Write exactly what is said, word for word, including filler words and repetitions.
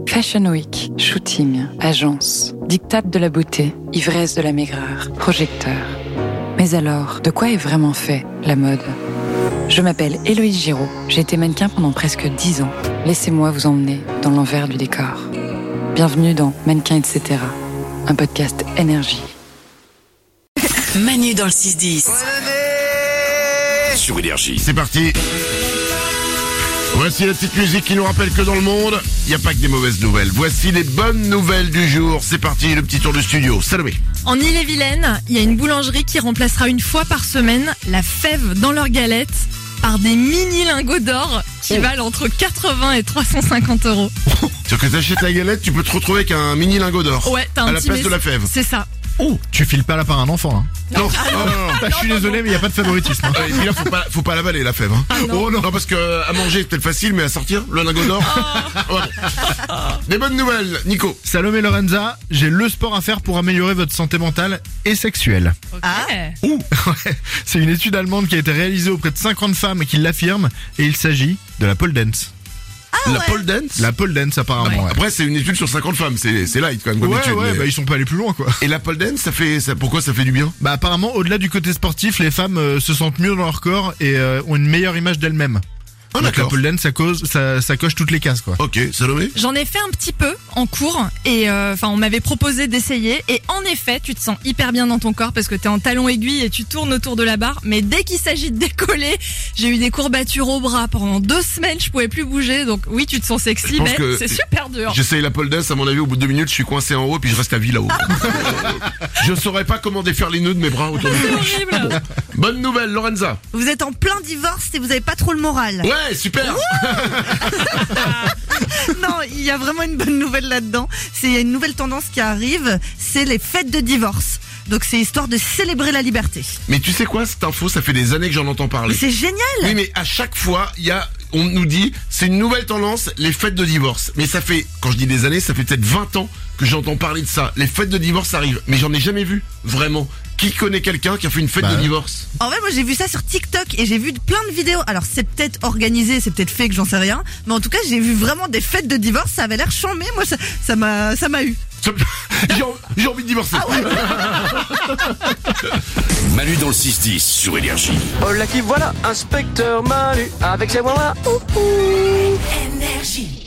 Fashion Week, shooting, agence, diktat de la beauté, ivresse de la maigreur, projecteur. Mais alors, de quoi est vraiment fait la mode ? Je m'appelle Héloïse Giraud, j'ai été mannequin pendant presque dix ans. Laissez-moi vous emmener dans l'envers du décor. Bienvenue dans Mannequin et cetera, un podcast énergie. Manu dans le six dix. Sur Énergie. C'est parti. Voici la petite musique qui nous rappelle que dans le monde, il n'y a pas que des mauvaises nouvelles. Voici les bonnes nouvelles du jour. C'est parti, le petit tour de studio. Salomé. En Ille-et-Vilaine, il y a une boulangerie qui remplacera une fois par semaine la fève dans leurs galettes par des mini lingots d'or qui Oh. valent entre quatre-vingts et trois cent cinquante euros. C'est que t'achètes la galette, tu peux te retrouver avec un mini lingot d'or. Ouais, t'as un À la petit place mess- de la fève. C'est ça. Oh, tu files pas là par un enfant, hein. Non, non, non, non. Bah, je suis désolé, mais il y a pas de favoritisme, hein. Euh, Et puis là, faut pas, faut pas l'avaler, la fève, hein. non. Oh non, parce que à manger, c'est peut-être facile, mais à sortir, le lingot d'or. Ouais. Des bonnes nouvelles, Nico. Salomé Lorenza, j'ai le sport à faire pour améliorer votre santé mentale et sexuelle. Ok. Ouais, c'est une étude allemande qui a été réalisée auprès de cinquante femmes qui l'affirment, et il s'agit de la pole dance. la pole dance. La pole dance, apparemment, ouais. Après, c'est une étude sur cinquante femmes, c'est, c'est light quand même comme Ouais, étude. ouais, mais- bah ils sont pas allés plus loin, quoi. Et la pole dance, ça fait, ça, pourquoi ça fait du bien? Bah apparemment, au-delà du côté sportif, les femmes euh, se sentent mieux dans leur corps et euh, ont une meilleure image d'elles-mêmes. Ah, Donc la d'accord. pole dance, ça, cause, ça, ça coche toutes les cases, quoi. Ok, Salomé. J'en ai fait un petit peu en cours et euh, enfin on m'avait proposé d'essayer et en effet tu te sens hyper bien dans ton corps parce que t'es en talon aiguille et tu tournes autour de la barre, mais dès qu'il s'agit de décoller, j'ai eu des courbatures au bras pendant deux semaines, je pouvais plus bouger, donc oui tu te sens Je sexy pense mais que- c'est super dur. J'essaye la pole dance, à mon avis, au bout de deux minutes, je suis coincé en haut, puis je reste à vie là-haut. Je saurais pas comment défaire les nœuds de mes bras autour de C'est moi. horrible. Bonne nouvelle, Lorenza. Vous êtes en plein divorce et vous avez pas trop le moral. Ouais, super. Non, il y a vraiment une bonne nouvelle là-dedans. C'est il y a une nouvelle tendance qui arrive, c'est les fêtes de divorce. Donc c'est histoire de célébrer la liberté. Mais tu sais quoi, cette info, ça fait des années que j'en entends Mais parler. c'est génial. Oui, mais à chaque fois, il y a, on nous dit, c'est une nouvelle tendance, les fêtes de divorce. Mais ça fait, quand je dis des années, ça fait peut-être vingt ans que j'entends parler de ça. Les fêtes de divorce arrivent, mais j'en ai jamais vu, vraiment. Qui connaît quelqu'un qui a fait une fête Bah, de divorce? En vrai, moi j'ai vu ça sur TikTok et j'ai vu plein de vidéos. Alors c'est peut-être organisé, c'est peut-être fake, j'en sais rien. Mais en tout cas, j'ai vu vraiment des fêtes de divorce. Ça avait l'air chambé. Moi, ça, ça m'a, ça m'a eu. J'ai en- j'ai envie de divorcer. Manu dans le six dix sur Énergie. Oh là qui voilà, inspecteur Manu avec ses voilà. Ouh, ouh. Énergie.